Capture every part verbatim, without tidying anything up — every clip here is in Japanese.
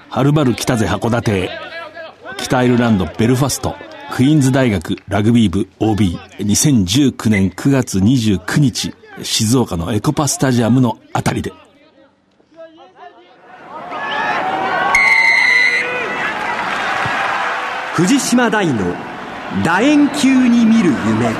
はるばる北ぜ函館へ。北アイルランドベルファストクイーンズ大学ラグビー部 オービーにせんじゅうきゅうねんくがつにじゅうくにち静岡のエコパスタジアムのあたりで。 藤島大の楕円球に見る夢。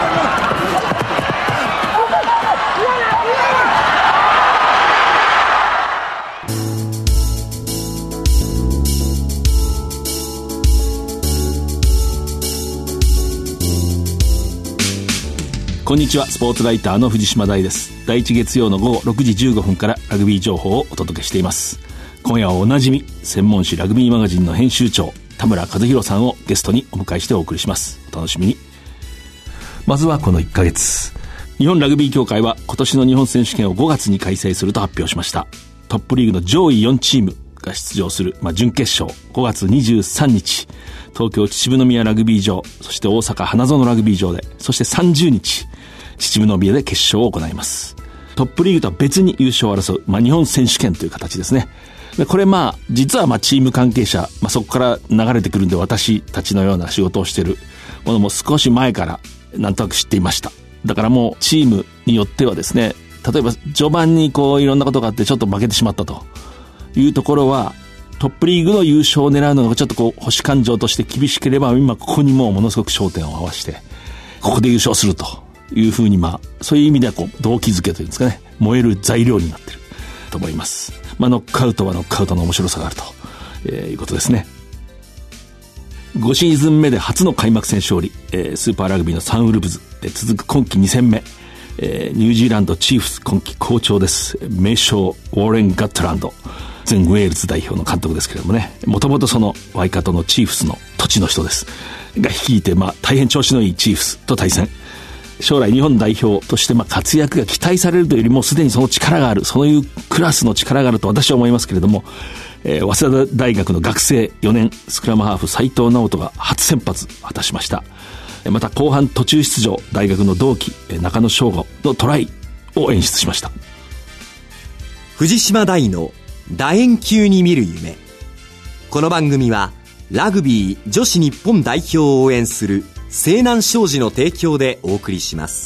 こんにちは、スポーツライターの藤島大です。だいいち月曜の午後ろくじじゅうごふんからラグビー情報をお届けしています。今夜はおなじみ専門誌ラグビーマガジンの編集長田村和弘さんをゲストにお迎えしてお送りします。お楽しみに。まずはこのいっかげつ、日本ラグビー協会は今年の日本選手権をごがつに開催すると発表しました。トップリーグの上位よんチームが出場する、まあ、準決勝ごがつにじゅうさんにち東京秩父宮ラグビー場、そして大阪花園ラグビー場で、そしてさんじゅうにち秩父宮で決勝を行います。トップリーグとは別に優勝を争う、まあ、日本選手権という形ですね。でこれまあ実はまあチーム関係者、まあ、そこから流れてくるんで、私たちのような仕事をしているものも少し前からなんとなく知っていました。だからもうチームによってはですね、例えば序盤にこういろんなことがあってちょっと負けてしまったというところは、トップリーグの優勝を狙うのがちょっとこう保守感情として厳しければ、今ここにもうものすごく焦点を合わせてここで優勝するというふうに、まあそういう意味ではこう動機づけというんですかね、燃える材料になっていると思います。まあノックアウトはノックアウトの面白さがあると、えー、いうことですね。ごシーズン目で初の開幕戦勝利、えー、スーパーラグビーのサンウルブズ、えー、続く今季に戦目、えー、ニュージーランドチーフス今季好調です。名将ウォーレン・ガットランド前ウェールズ代表の監督ですけれどもね、もともとそのワイカトのチーフスの土地の人ですが率いて、まあ大変調子のいいチーフスと対戦。将来日本代表としてまあ活躍が期待されるというよりも、すでにその力がある、そういうクラスの力があると私は思いますけれども、えー、早稲田大学の学生よねんスクラムハーフ斉藤直人が初先発果たしました。また後半途中出場大学の同期中野翔吾のトライを演出しました。 藤島大の楕円球に見る夢。この番組はラグビー女子日本代表を応援する西南商事の提供でお送りします。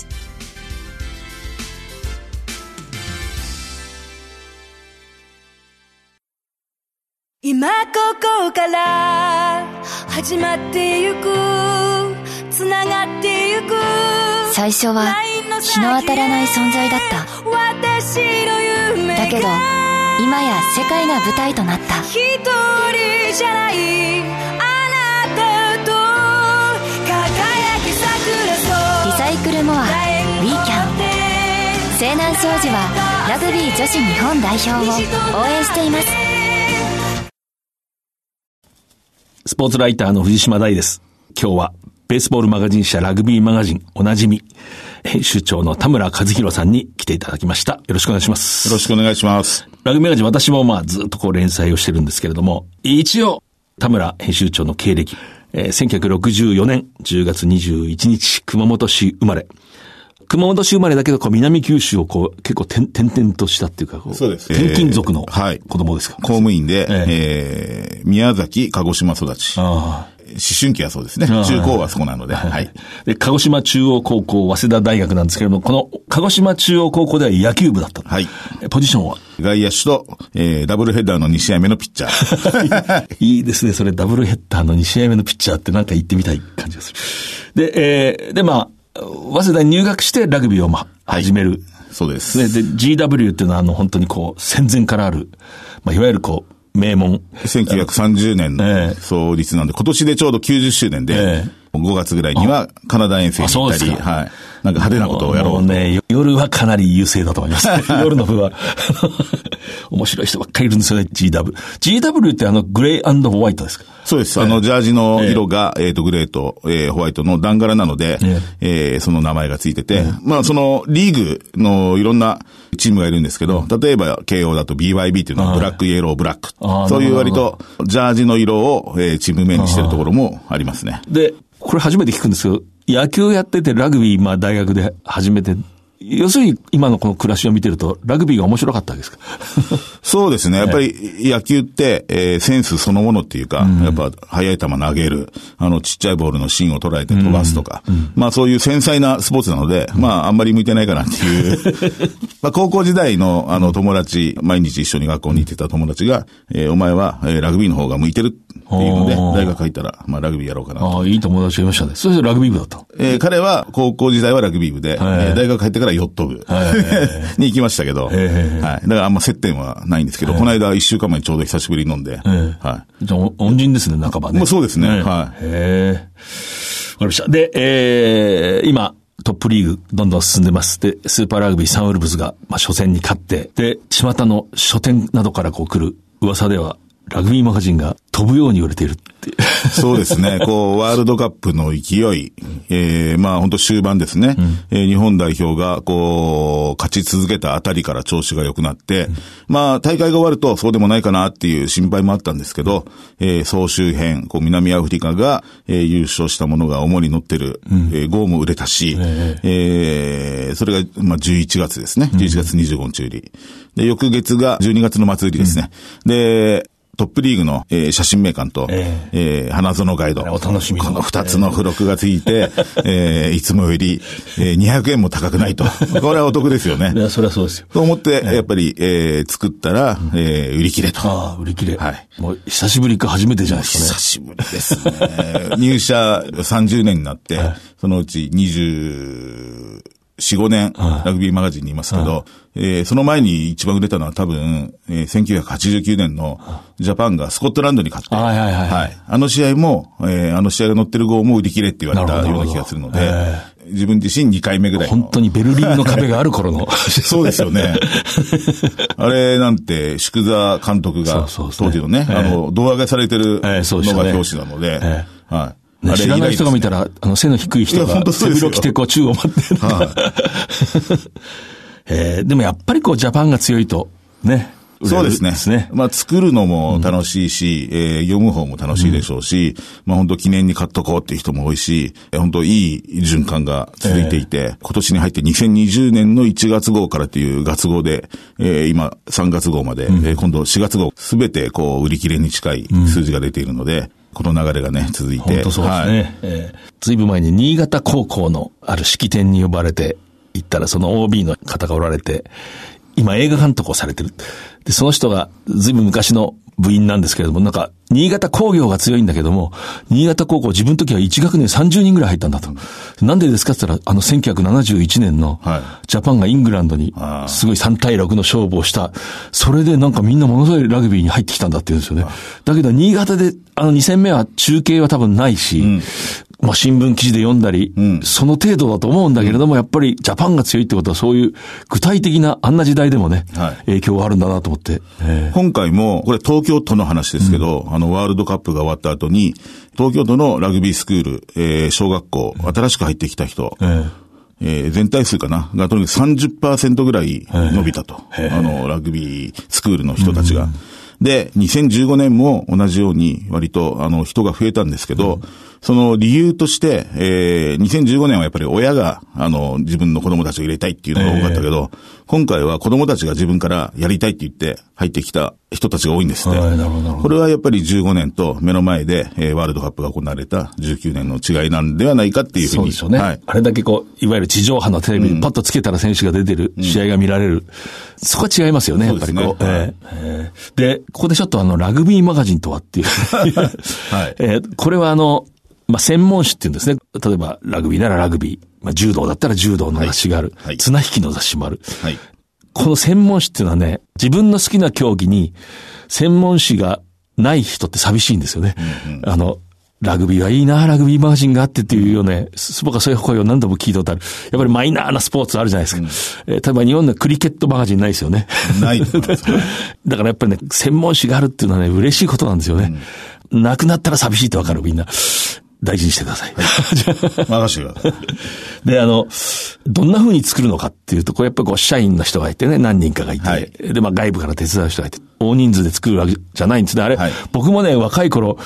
今ここから始まってゆく、つながってゆく。 最初は日の当たらない存在だった。 私の夢がだけど今や世界が舞台となった。 一人じゃないあなたと輝き桜そう。 リサイクルモア We Can。 西南商事はラグビー女子日本代表を応援しています。 スポーツライターの藤島大です。今日はベースボールマガジン社ラグビーマガジンおなじみ編集長の田村和弘さんに来ていただきました。よろしくお願いします。 よろしくお願いします。 ラグビーマガジン、私もまあずっとこう連載をしてるんですけれども、一応田村編集長の経歴、えー、せんきゅうひゃくろくじゅうよねんじゅうがつにじゅういちにち熊本市生まれ。熊本市生まれだけどこう南九州をこう結構転々としたっていうかこう、 そうです。 転勤族のはい、 子供ですか。 公務員で、 えーえー、宮崎鹿児島育ち。あ思春期はそうですね。中高はそこなので。はい。 で、鹿児島中央高校、早稲田大学なんですけれども、この鹿児島中央高校では野球部だった。 はい。 ポジションは外野手と、えー、ダブルヘッダーのに試合目のピッチャー。 いいですね。それダブルヘッダーのに試合目のピッチャーってなんか言ってみたい感じがする。で、えー、で、まあ、早稲田に入学してラグビーをまあ、始める。はい、 そうです。 で、で、ジーダブリュー っていうのはあの、本当にこう、戦前からある、まあ、いわゆるこう、名門。 せんきゅうひゃくさんじゅうねんの創立なんで、今年でちょうどきゅうじゅっしゅうねんで、ええ、ごがつぐらいにはカナダ遠征に行ったり、はい。なんか派手なことをやろうと。 もうね、夜はかなり優勢だと思います。夜の部は。面白い人ばっかりいるんですよね、ジーダブリュー。ジーダブリュー ってあの、グレー&ホワイトですか？ そうです。あの、ジャージの色が、えっと、グレーと、えー、ホワイトの段柄なので、ええー、その名前がついてて、まあ、その、リーグのいろんなチームがいるんですけど、例えば、慶応だと ビーワイビー っていうのは、ブラック、イエロー、ブラック。そういう割と、ジャージの色を、えー、チーム名にしてるところもありますね。 で、これ初めて聞くんですけど、野球やっててラグビー、まあ大学で始めて要するに今のこの暮らしを見てるとラグビーが面白かったわけですか？ そうですね。やっぱり野球って、えー、センスそのものっていうか、うん、やっぱ速い球投げる、あのちっちゃいボールの芯を捉えて飛ばすとか、うんうん、まあそういう繊細なスポーツなので、うん、まああんまり向いてないかなっていう。まあ高校時代のあの友達、毎日一緒に学校に行ってた友達が、えー、お前は、えー、ラグビーの方が向いてるっていうので、大学入ったら、まあラグビーやろうかなと。 ああ、いい友達がいましたね。それでラグビー部だった。 えー、彼は高校時代はラグビー部で、えー、大学入ってからヨット部に行きましたけど、はい。だからあんま接点はないんですけど、この間一週間前にちょうど久しぶりに飲んで、 はい。じゃあ恩人ですね、半ばね。 もうそうですね、はい。へえ。わかりました。で、えー、今、トップリーグどんどん進んでます。で、スーパーラグビーサンウルブズが、まあ、初戦に勝って、で、巷の書店などからこう来る噂では、ラグビーマガジンが飛ぶように売れているっていう。 そうですね。こう、ワールドカップの勢い、えー、まあ本当終盤ですね。うん、えー、日本代表がこう、勝ち続けたあたりから調子が良くなって、うん、まあ大会が終わるとそうでもないかなっていう心配もあったんですけど、えー、総集編、こう南アフリカが、えー、優勝したものが主に載ってる、うん、えー、号も売れたし、えー、えー、それがまあじゅういちがつですね。じゅういちがつにじゅうごにち売り。で、翌月がじゅうにがつの末売りですね。うん、で、トップリーグの、えー、写真名鑑と、えーえー、花園ガイド。 お楽しみの。 この二つの付録がついて、えー、いつもより、えー、にひゃくえんも高くないと。これはお得ですよね。 いや、それはそうですよ。 と思って、やっぱり、えー、作ったら、えー、売り切れと。 ああ、売り切れ。 はい。 もう、久しぶりか初めてじゃないですかね。 久しぶりですね。入社さんじゅうねんになって、はい、そのうちにじゅう、よん、ごねん、ラグビーマガジンにいますけど、はい、えー、その前に一番売れたのは多分、えー、せんきゅうひゃくはちじゅうきゅうねんのジャパンがスコットランドに勝って、 はいはいはいはい、あの試合も、えー、あの試合が載ってる号も売り切れって言われたような気がするので、自分自身にかいめぐらいの。 本当にベルリンの壁がある頃の。 そうですよね。あれなんて、宿座監督が、そうそうそうね、当時のね、えー、あの、胴上げされてるのが表紙なので、えー、はい。 ね、知らない人が見たら、あの、背の低い人が背広着てこう宙を待ってる。はいえー、でもやっぱりこうジャパンが強いと、ね。 そうですね。ですね。まあ作るのも楽しいし、うん、えー、読む方も楽しいでしょうし、うん、まあ本当記念に買っとこうっていう人も多いし、本当いい循環が続いていて、えー、今年に入ってにせんにじゅうねんのいちがつ号からっていう月号で、えー、今さんがつ号まで、うん、えー、今度しがつ号すべてこう売り切れに近い数字が出ているので、うんこの流れがね、続いて。 本当そうですね。はいえー、ずいぶん前に新潟高校のある式典に呼ばれて行ったら、その オービー の方がおられて、今映画監督をされてる。で、その人がずいぶん昔の部員なんですけれども、なんか、新潟工業が強いんだけども、新潟高校自分の時は一学年さんじゅうにんぐらい入ったんだと。うん、なんでですかって言ったら、あのせんきゅうひゃくななじゅういちねんの、ジャパンがイングランドに、すごいさんたいろくの勝負をした。それでなんかみんなものすごいラグビーに入ってきたんだって言うんですよね。だけど、新潟で、あのに戦目は中継は多分ないし、うんまあ新聞記事で読んだり、うん、その程度だと思うんだけれども、やっぱりジャパンが強いってことはそういう具体的なあんな時代でもね、はい、影響があるんだなと思って。 今回も、これ東京都の話ですけど、うん、あのワールドカップが終わった後に、東京都のラグビースクール、えー、小学校、新しく入ってきた人、えーえー、全体数かながとにかく さんじゅっパーセント ぐらい伸びたと。あの、ラグビースクールの人たちが。うんで、にせんじゅうごねんも同じように割とあの人が増えたんですけど、うん、その理由として、えー、にせんじゅうごねんはやっぱり親があの自分の子供たちを入れたいっていうのが多かったけど、えー、今回は子供たちが自分からやりたいって言って入ってきた人たちが多いんですって。これはやっぱりじゅうごねんと目の前で、えー、ワールドカップが行われたじゅうきゅうねんの違いなんではないかっていうふうに。 そうですよね。はい、あれだけこう、いわゆる地上波のテレビにパッとつけたら選手が出てる、うん、試合が見られる。そこは違いますよね、やっぱりこう。うねえー、で、ここでちょっとあの、ラグビーマガジンとはっていう、はいえー。これはあの、まあ、専門誌っていうんですね。例えば、ラグビーならラグビー。まあ、柔道だったら柔道の雑誌がある。はいはい、綱引きの雑誌もある。はい、この専門誌っていうのはね、自分の好きな競技に専門誌がない人って寂しいんですよね。うんうん、あの、ラグビーはいいな、ラグビーマガジンがあってっていうよね、僕はそういう声を何度も聞いたことある。やっぱりマイナーなスポーツあるじゃないですか。うん、えー、例えば日本のクリケットマガジンないですよね。 ないと思いますね。 だからやっぱりね、専門誌があるっていうのはね、嬉しいことなんですよね。うん、なくなったら寂しいってわかる、みんな。大事にしてください。はい、 任せてください。 で、あの、どんな風に作るのかっていうと、こうやっぱりこう社員の人がいてね、何人かがいて、はい、で、まあ外部から手伝う人がいて、大人数で作るわけじゃないんですね。あれ、はい、僕もね、若い頃、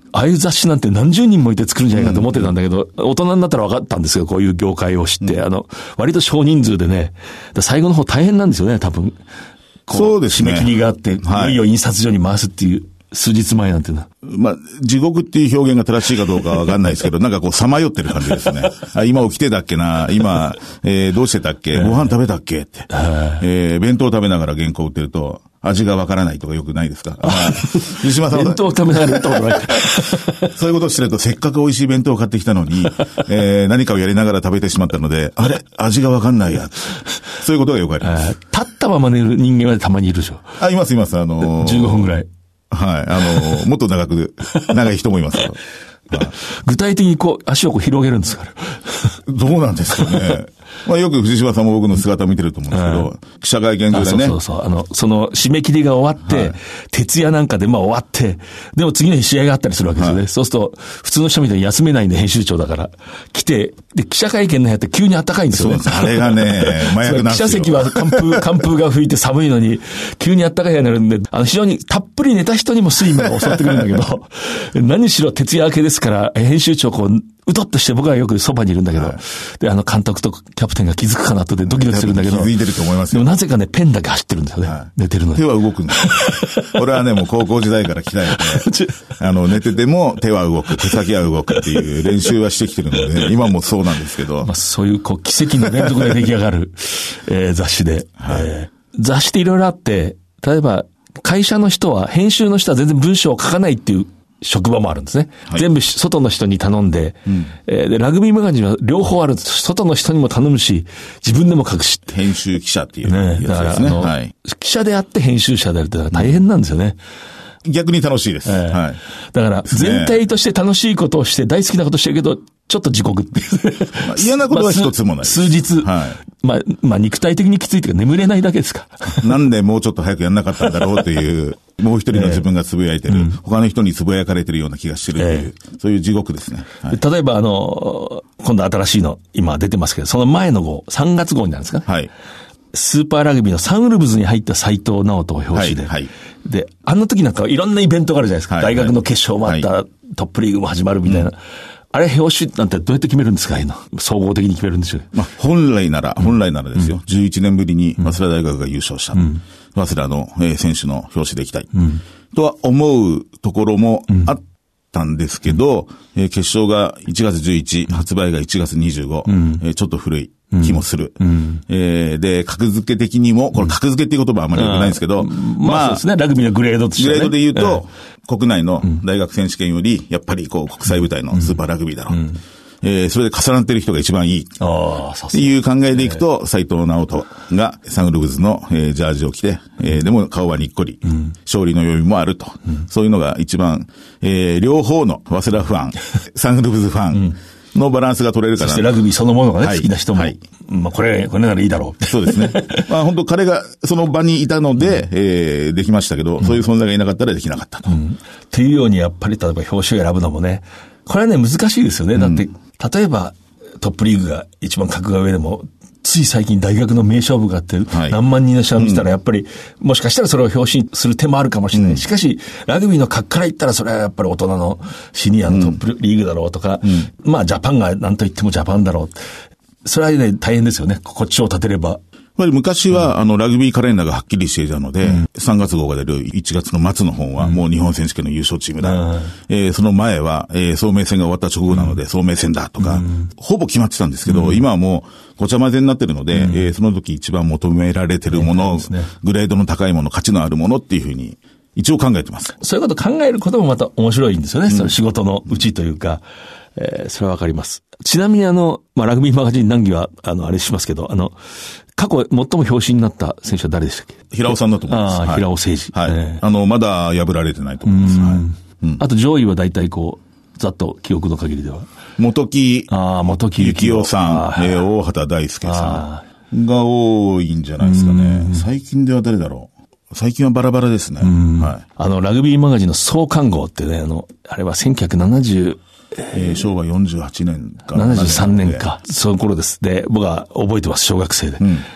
ああいう雑誌なんて何十人もいて作るんじゃないかと思ってたんだけど、うん、大人になったら分かったんですよ、こういう業界を知って。うん、あの、割と少人数でね、最後の方大変なんですよね、多分。 そうですね。 締め切りがあって、はい、いよいよ印刷所に回すっていう。数日前なんてな。 まあ、地獄っていう表現が正しいかどうかわかんないですけど、なんかこう、さまよってる感じですね。あ、今起きてたっけな、今、えー、どうしてたっけ、ご飯食べたっけって。えー、弁当食べながら原稿売ってると、味がわからないとかよくないですか？あ藤島さんは。 弁当食べながら言ったことない。 そういうことをしてると、せっかく美味しい弁当を買ってきたのに、えー、何かをやりながら食べてしまったので、あれ味がわかんないや。そういうことがよくあります。 立ったまま寝る人間はたまにいるでしょ。 あ、いますいます。あのー、 じゅうごふんぐらい。 はい。あのー、もっと長く、長い人もいますよ。 具体的にこう、足をこう広げるんですから。 どうなんですかね。まあよく藤島さんも僕の姿を見てると思うんですけど、うん、記者会見場でね。 そうそうそう。あの、その締め切りが終わって、はい、徹夜なんかでまあ終わって、でも次の日試合があったりするわけですよね。はい、そうすると、普通の人みたいに休めないんで編集長だから、来て、で、記者会見の部屋って急に暖かいんですよね。 そうです。あれがね、麻薬なんですよ。 記者席は寒風、寒風が吹いて寒いのに、急に暖かい部屋になるんで、あの、非常にたっぷり寝た人にも睡魔が襲ってくるんだけど、何しろ徹夜明けですから、編集長こう、うとっとして僕はよくそばにいるんだけど、はい、で、あの監督とキャプテンが気づくかなとでドキドキするんだけど、 気づいてると思いますよ。 でもなぜかね、ペンだけ走ってるんですよね。はい、寝てるのに。 手は動くんですよ。俺はね、もう高校時代から鍛えて、あの、寝てても手は動く、手先は動くっていう練習はしてきてるので、今もそうなんですけど。 まあ、そういうこう奇跡の連続で出来上がる、えー、雑誌で、はいえー。雑誌っていろいろあって、例えば会社の人は、編集の人は全然文章を書かないっていう職場もあるんですね。はい、全部外の人に頼んで、うんえー、で、ラグビーマガジンは両方あるんです。外の人にも頼むし、自分でも書くしって。 編集記者っていうやつですね。 ねだからあの、はい、記者であって編集者であるって大変なんですよね。 逆に楽しいです。えー、はい。 だから、全体として楽しいことをして大好きなことしてるけど、ちょっと地獄っていう。 まあ、嫌なことは一つもない。 数日。はい。まあ、まあ、肉体的にきついというか眠れないだけですか。 なんでもうちょっと早くやんなかったんだろうという、もう一人の自分がつぶやいてる、えーうん、他の人につぶやかれてるような気がしてるという、えー、そういう地獄ですね。 はい、例えば、あの、今度新しいの、今出てますけど、その前の号、さんがつ号になるんですかね。はい。スーパーラグビーのサンウルブズに入った斉藤直人を表紙で。はい。はい、で、あの時なんかいろんなイベントがあるじゃないですか。はい、大学の決勝もあった、はい、トップリーグも始まるみたいな。うん、あれ、表紙なんてどうやって決めるんですか、ああいうの。総合的に決めるんでしょう。 まあ、本来なら、うん、本来ならですよ。うん、じゅういちねんぶりに早稲田大学が優勝した。うん、早稲田の、えー、選手の表紙でいきたい。うん、とは思うところもあったんですけど、うんえー、決勝がいちがつじゅういち、発売がいちがつにじゅうご、うんえー、ちょっと古い。気もする。うんえー、で、格付け的にも、これ格付けっていう言葉はあまり良くないんですけど、うん、 まあ、そうですね、ラグビーのグレードとして、ね。 グレードで言うと、えー、国内の大学選手権より、やっぱりこう、国際舞台のスーパーラグビーだろう。うんうんえー、それで重なってる人が一番いい。ああ、っていう考えでいくと、斉藤直人がサンウルブズの、えー、ジャージを着て、えー、でも顔はにっこり、うん、勝利の余裕もあると、うん。そういうのが一番、えー、両方の早稲田ファン、サンウルブズファン、うんのバランスが取れるかな。 そしてラグビーそのものがね、はい、好きな人も。はい。まあ、これ、これならいいだろう。 そうですね。まあ、本当彼がその場にいたので、うん、えー、できましたけど、うん、そういう存在がいなかったらできなかったと。うん。 っていうように、やっぱり、例えば表紙を選ぶのもね、これはね、難しいですよね。だって、うん、例えば、トップリーグが一番格が上でも、つい最近大学の名勝負があって、何万人の人が見たらやっぱり、もしかしたらそれを表紙にする手もあるかもしれない。しかし、ラグビーの格から言ったらそれはやっぱり大人のシニアのトップリーグだろうとか、まあジャパンが何と言ってもジャパンだろう。それはね、大変ですよね。こっちを立てれば。 やっぱり昔は、うん、あの、ラグビーカレンダーがはっきりしていたので、うん、さんがつ号が出るいちがつの末の本は、もう日本選手権の優勝チームだ。うん、えー、その前は、えー、総明戦が終わった直後なので、うん、総明戦だとか、うん、ほぼ決まってたんですけど、うん、今はもう、ごちゃ混ぜになってるので、うん、えー、その時一番求められてるもの、ね、グレードの高いもの、価値のあるものっていうふうに、一応考えてます。 そういうこと考えることもまた面白いんですよね。うん、その仕事のうちというか、えー、それはわかります。ちなみにあの、まあ、ラグビーマガジン難儀は、あの、あれしますけど、あの、過去最も表紙になった選手は誰でしたっけ？ 平尾さんだと思います。 ああ、はい、平尾誠二。 はい。えー、あの、まだ破られてないと思います。はい。 うん、あと上位は大体こう、ざっと記憶の限りでは。 元木。 ああ、元木幸雄さん、えー、大畑大輔さんが多いんじゃないですかね。最近では誰だろう。最近はバラバラですね。はい。 あの、ラグビーマガジンの創刊号ってね、あの、あれはせんきゅうひゃくななじゅう、 えー、昭和よんじゅうはちねんかななじゅうさんねんか、その頃です。で、僕は覚えてます、小学生で。うん、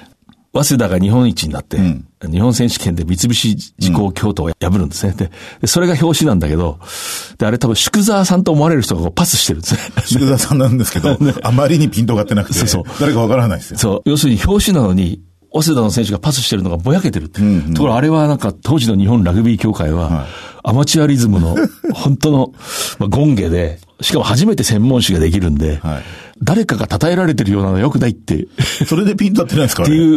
早稲田が日本一になって、うん、日本選手権で三菱自動京都を破るんですね。で、それが表紙なんだけど、で、あれ多分宿沢さんと思われる人がこうパスしてるんですね。 宿沢さんなんですけど、ね、あまりにピントが合ってなくて、そうそう誰かわからないですよ。 そう。要するに表紙なのに、早稲田の選手がパスしてるのがぼやけてるって。うんうん、ところあれはなんか当時の日本ラグビー協会は、はい、アマチュアリズムの本当の、まあ、権下で、しかも初めて専門誌ができるんで、はい、誰かが称えられてるようなの良くないって。 それでピンと合ってないですかね。 っていう、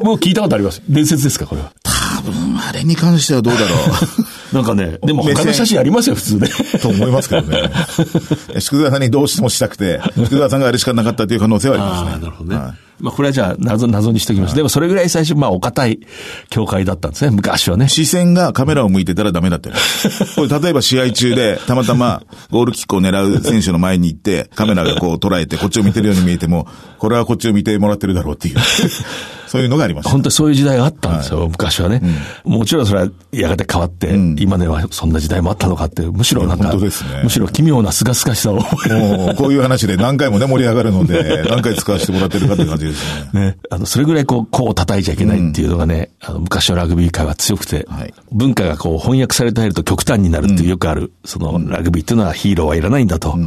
もう聞いたことあります。伝説ですか、これは。 多分、あれに関してはどうだろう。なんかね、でも他の写真ありますよ、普通で。 と思いますけどね。宿沢さんにどうしてもしたくて、宿沢さんがあれしかなかったという可能性はありますね。 ああ、なるほどね。はい、まあ、これはじゃあ、謎、謎にしときます。はい、でもそれぐらい最初、まあ、お堅い協会だったんですね、昔はね。 視線がカメラを向いてたらダメだってね。これ、例えば試合中で、たまたまゴールキックを狙う選手の前に行って、カメラがこう捉えて、こっちを見てるように見えても、これはこっちを見てもらってるだろうっていう。そういうのがありました。 本当にそういう時代があったんですよ、はい、昔はね、うん。もちろんそれはやがて変わって、うん、今ではそんな時代もあったのかって、むしろなんか、 本当ですね、 むしろ奇妙な清々しさを。もう、こういう話で何回もね、盛り上がるので、何回使わせてもらってるかっていう感じですね。 ね。あの、それぐらいこう、こう叩いちゃいけないっていうのがね、うん、あの、昔のラグビー界は強くて、はい、文化がこう、翻訳されて入ると極端になるっていうよくある、うん、その、ラグビーっていうのはヒーローはいらないんだと。うん、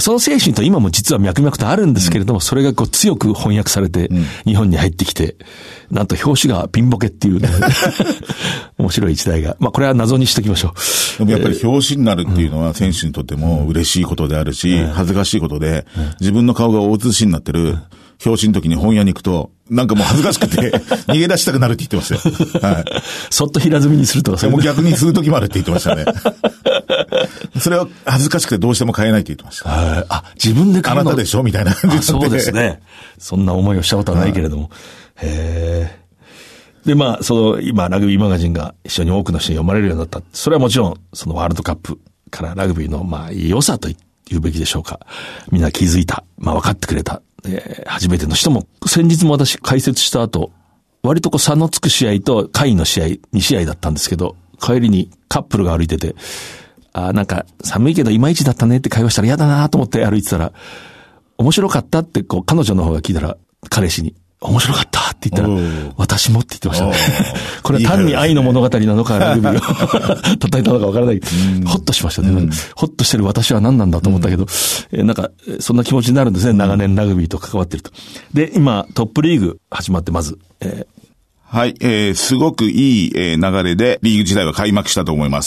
その精神と今も実は脈々とあるんですけれども、うん、それがこう強く翻訳されて、日本に入ってきて、なんと表紙がピンボケっていうね、面白い時代が。まあこれは謎にしときましょう。でもやっぱり表紙になるっていうのは選手にとっても嬉しいことであるし、うん、恥ずかしいことで、うん、自分の顔が大写しになってる表紙の時に本屋に行くと、なんかもう恥ずかしくて逃げ出したくなるって言ってましたよ。はい。 そっと平積みにするとか。 もう逆にする時もあるって言ってましたね。それは恥ずかしくてどうしても買えないって言ってました。 はい。あ、自分で買えるの。あなたでしょみたいな感じで。 そうですね。そんな思いをしたことはないけれども。へー。で、まあ、その、今、ラグビーマガジンが一緒に多くの人に読まれるようになった。それはもちろん、そのワールドカップからラグビーの、まあ、良さと言うべきでしょうか。みんな気づいた。まあ、分かってくれた。えー、初めての人も、先日も私解説した後、割とこう差のつく試合と下位の試合、に試合だったんですけど、帰りにカップルが歩いてて、あ、なんか寒いけどいまいちだったねって会話したら嫌だなと思って歩いてたら、面白かったってこう彼女の方が聞いたら、彼氏に、面白かったって言ったら、私もって言ってましたね。これは単に愛の物語なのか、ラグビーを叩いたのかわからない。ほっとしましたね。うん、ほっとしてる私は何なんだと思ったけど、うん、えなんか、そんな気持ちになるんですね。長年ラグビーと関わってると。で、今、トップリーグ始まってまず、えーはい、えー、すごくいい、えー、流れでリーグ自体は開幕したと思います。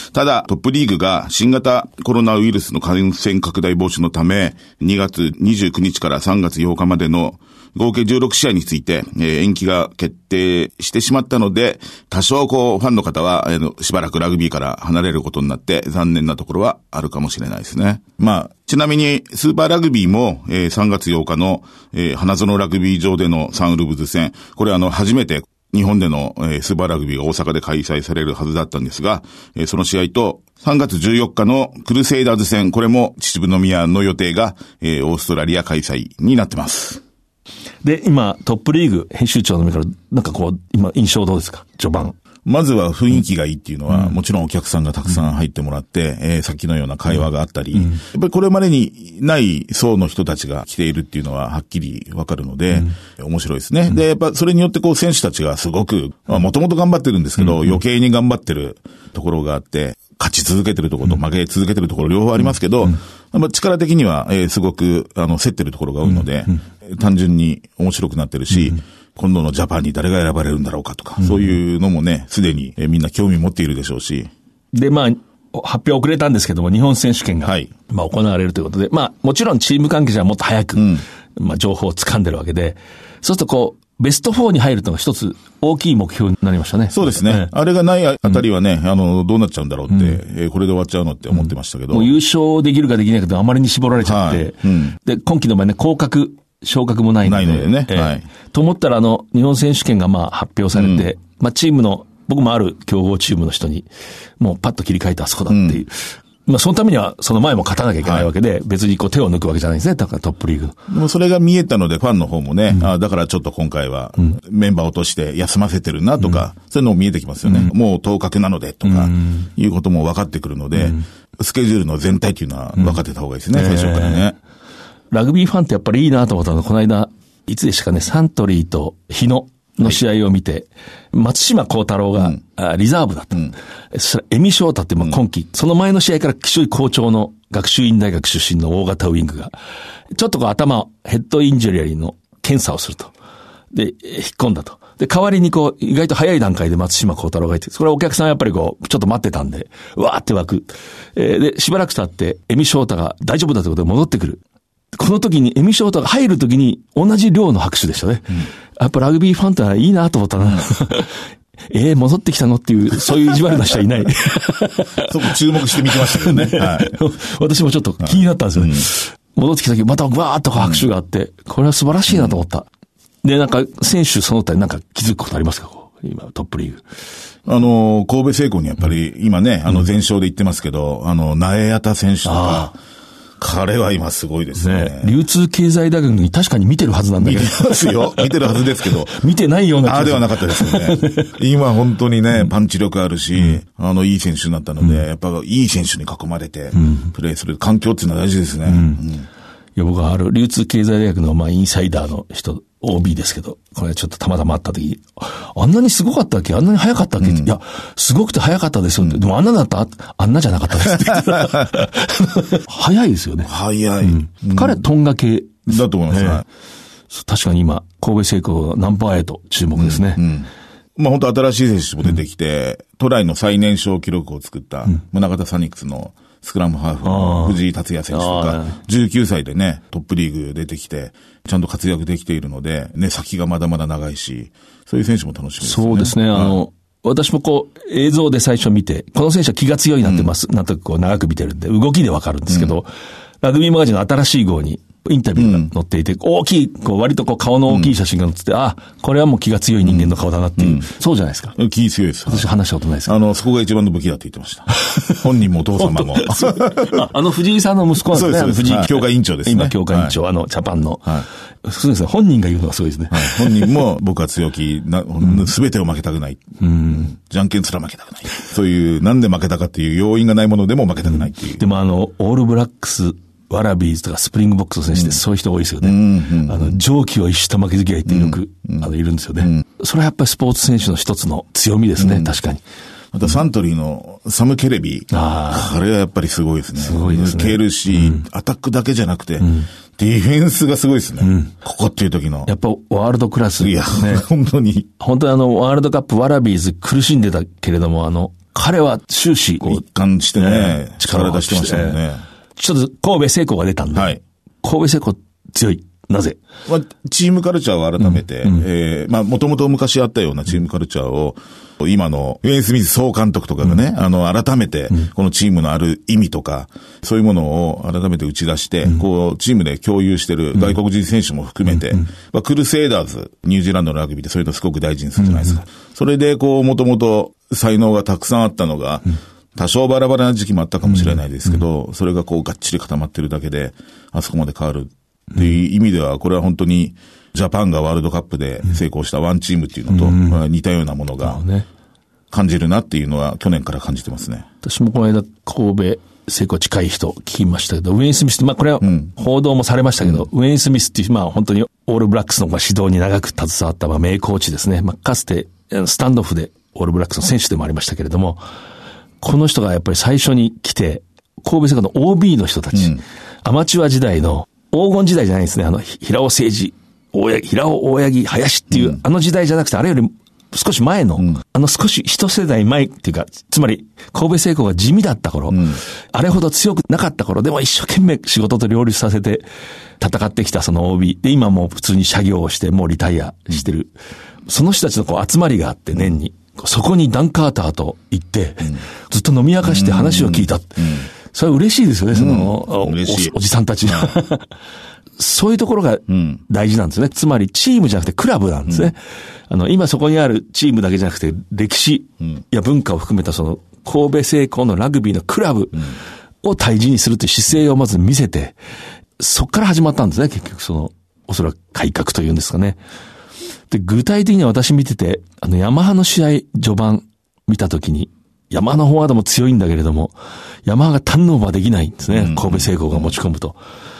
ただ、トップリーグが新型コロナウイルスの感染拡大防止のため、にがつにじゅうくにちからさんがつようかまでの合計じゅうろくしあいについて、えー、延期が決定してしまったので、多少こう、ファンの方は、えー、しばらくラグビーから離れることになって、残念なところはあるかもしれないですね。まあ、ちなみに、スーパーラグビーも、えー、さんがつようかの、えー、花園ラグビー場でのサンウルブズ戦、これあの、初めて、日本での、えー、スーパーラグビーが大阪で開催されるはずだったんですが、えー、その試合とさんがつじゅうよっかのクルセイダーズ戦、これも秩父宮の予定が、えー、オーストラリア開催になってます。 で、今トップリーグ編集長の目からなんかこう今印象どうですか？序盤。 まずは雰囲気がいいっていうのは、うん、もちろんお客さんがたくさん入ってもらって、うん、えー、さっきのような会話があったり、うん、やっぱりこれまでにない層の人たちが来ているっていうのははっきりわかるので、うん、面白いですね、うん。で、やっぱそれによってこう選手たちがすごく、まあもともと頑張ってるんですけど、うん、余計に頑張ってるところがあって、勝ち続けてるところと負け続けてるところ両方ありますけど、うん、力的には、えー、すごく、あの、競ってるところが多いので、うんうん、単純に面白くなってるし、うん今度のジャパンに誰が選ばれるんだろうかとか、うん、そういうのもね、すでに、えー、みんな興味持っているでしょうし。 で、まあ、発表遅れたんですけども、日本選手権が、はい、まあ行われるということで、まあ、もちろんチーム関係者はもっと早く、うん、まあ、情報を掴んでるわけで、そうするとこう、ベストよんに入るというのが一つ大きい目標になりましたね。 そうですね。ねあれがないあたりはね、うん、あの、どうなっちゃうんだろうって、うんえー、これで終わっちゃうのって思ってましたけど。 うん、もう優勝できるかできないかとあまりに絞られちゃって、はいうん、で、今期の場合ね、降格、昇格もないので。 ないのでね。 えー、 はい。 と思ったら、あの、日本選手権がまあ発表されて、うん、まあチームの、僕もある強豪チームの人に、もうパッと切り替えてあそこだっていう。うん、まあそのためには、その前も勝たなきゃいけないわけで、はい、別にこう手を抜くわけじゃないんですね。だからトップリーグ。 でもそれが見えたので、ファンの方もね、うん、あだからちょっと今回は、メンバー落として休ませてるなとか、うん、そういうのも見えてきますよね。うん、もう当確なので、とか、いうことも分かってくるので、うん、スケジュールの全体っていうのは分かってた方がいいですね、うん、最初からね。 ラグビーファンってやっぱりいいなと思ったのこの間、いつでしたかね、サントリーと日野の試合を見て、はい、松島幸太郎が、うん、リザーブだった。うん、そしたら、江見翔太って今季、うん、その前の試合から非常に好調の学習院大学出身の大型ウィングが、ちょっとこう頭、ヘッドインジュリアリーの検査をすると。で、引っ込んだと。で、代わりにこう、意外と早い段階で松島幸太郎がいて、それはお客さんやっぱりこう、ちょっと待ってたんで、うわーって湧く。えー、で、しばらく経って、江見翔太が大丈夫だということで戻ってくる。この時に、江見翔太が入る時に、同じ量の拍手でしたね。うん、やっぱラグビーファンってのはいいなと思ったな。うん、えー、戻ってきたのっていう、そういう意地悪な人はいない。 そこ注目して見てましたけどね。はい、 私もちょっと気になったんですよね。うん、戻ってきた時、またわーっと拍手があって、これは素晴らしいなと思った。うんで、なんか、選手その他になんか気づくことありますか？今、トップリーグ。 あの、神戸製鋼にやっぱり、今ね、あの、前哨で言ってますけど、うん、あの、苗谷選手とか、彼は今すごいですね。ね、 流通経済大学に確かに見てるはずなんだけど。 見てますよ。見てるはずですけど。 見てないような気がする。 ああではなかったですよね。今本当にね、パンチ力あるし、うん、あの、いい選手になったので、うん、やっぱいい選手に囲まれて、プレーする環境っていうのは大事ですね。うんうん、 いや、僕はある、流通経済大学の、まあ、インサイダーの人、オービー ですけど、これちょっとたまたまあった時に、あんなにすごかったっけあんなに早かったっけ、うん、いや、すごくて早かったですよって。うん、でもあんなだったら、あんなじゃなかったですって言ってた。早いですよね。 早い。 うんうん、彼はトンガ系。 だと思いますね、はい。 確かに今、神戸製鋼ナンバーエイト注目ですね。うんうんまあ本当新しい選手も出てきて、うん、トライの最年少記録を作った、宗像サニックスのスクラムハーフの藤井達也選手とか、じゅうきゅうさいでね、トップリーグ出てきて、ちゃんと活躍できているので、ね、先がまだまだ長いし、そういう選手も楽しみですね。 そうですね、あの、私もこう、映像で最初見て、この選手は気が強いなってます。うん、なんとかこう長く見てるんで、動きでわかるんですけど、うん、ラグビーマガジンの新しい号に、インタビューが載っていて、うん、大きい、こう割とこう顔の大きい写真が載ってて、うん、あ、これはもう気が強い人間の顔だなっていう。うん、そうじゃないですか。 気強いです。 私話したことないですか。 あの、そこが一番の武器だって言ってました。本人もお父様も。 あ, あの藤井さんの息子なんですね。 そうです。藤井、はい、教会委員長ですね。 今、教会委員長、はい、あの、ジャパンの。はい、そうですね。本人が言うのがすごいですね。 はい、本人も僕は強気な、すべてを負けたくない。うん、じゃんけんすら負けたくない。そういう、なんで負けたかっていう要因がないものでも負けたくないっていう。うん、 でもあの、オールブラックス、ワラビーズとかスプリングボックスの選手ってそういう人多いですよね。うんうん、あの、上気を逸した負けず嫌いってよく、うん、あの、いるんですよね、うん。それはやっぱりスポーツ選手の一つの強みですね、うん、確かに。 またサントリーのサム・ケレビ。ああれはやっぱりすごいですね。 すごいですね。 抜けるし、うん、アタックだけじゃなくて、うん、ディフェンスがすごいですね。うん、ここっていう時の。 やっぱワールドクラス、ね。 いや、本当に。 本当にあの、ワールドカップワラビーズ苦しんでたけれども、あの、彼は終始、 一貫してね、ね力出してましたもんね。 ちょっと神戸製鋼が出たんで、はい、神戸製鋼強い。なぜ、 まあ、チームカルチャーを改めて、うんうん、えー、まあ、もともと昔あったようなチームカルチャーを、今のウェイン・スミス総監督とかがね、うん、あの、改めて、このチームのある意味とか、そういうものを改めて打ち出して、うん、こう、チームで共有してる外国人選手も含めて、うん、まあ、クルセイダーズ、ニュージーランドのラグビーってそういうのすごく大事にするじゃないですか。うん、それで、こう、もともと才能がたくさんあったのが、うん多少バラバラな時期もあったかもしれないですけど、うん、それがこうがっちり固まってるだけで、あそこまで変わるっていう意味では、これは本当にジャパンがワールドカップで成功したワンチームっていうのと、うんまあ、似たようなものが感じるなっていうのは去年から感じてますね。 私もこの間神戸成功近い人聞きましたけど、ウェイン・スミスって、まあこれは報道もされましたけど、うん、ウェイン・スミスっていう、まあ本当にオールブラックスの指導に長く携わったまあ名コーチですね。まあかつてスタンドオフでオールブラックスの選手でもありましたけれども、この人がやっぱり最初に来て、神戸製鋼の オービー の人たち、うん、アマチュア時代の黄金時代じゃないですね。あの、平尾誠二、大八木、平尾大八木、林っていう、うん、あの時代じゃなくて、あれより少し前の、うん、あの少し一世代前っていうか、つまり、神戸製鋼が地味だった頃、うん、あれほど強くなかった頃、でも一生懸命仕事と両立させて戦ってきたその オービー。で、今もう普通に社業をして、もうリタイアしてる。うん、その人たちのこう集まりがあって、年に。そこにダン・カーターと行って、うん、ずっと飲み明かして話を聞いた。うんうん、それは嬉しいですよね、その、うん、嬉しい お, おじさんたち。そういうところが大事なんですね。つまりチームじゃなくてクラブなんですね。うん、あの、今そこにあるチームだけじゃなくて歴史や文化を含めたその神戸製鋼のラグビーのクラブを大事にするという姿勢をまず見せて、そこから始まったんですね、結局その、おそらく改革というんですかね。で、具体的には私見てて、あの、ヤマハの試合、序盤見たときに、ヤマハのフォワードも強いんだけれども、ヤマハがターンオーバーできないんですね。神戸製鋼が持ち込むと。